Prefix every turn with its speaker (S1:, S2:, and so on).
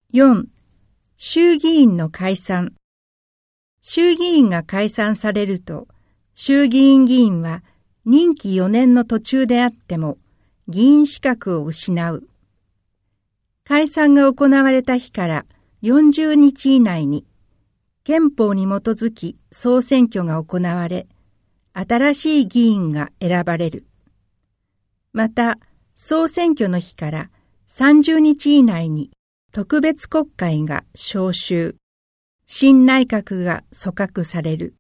S1: 4. 衆議院の解散。衆議院が解散されると、衆議院議員は任期4年の途中であっても議員資格を失う。解散が行われた日から40日以内に憲法に基づき総選挙が行われ、新しい議員が選ばれる。また、総選挙の日から30日以内に特別国会が召集、新内閣が組閣される。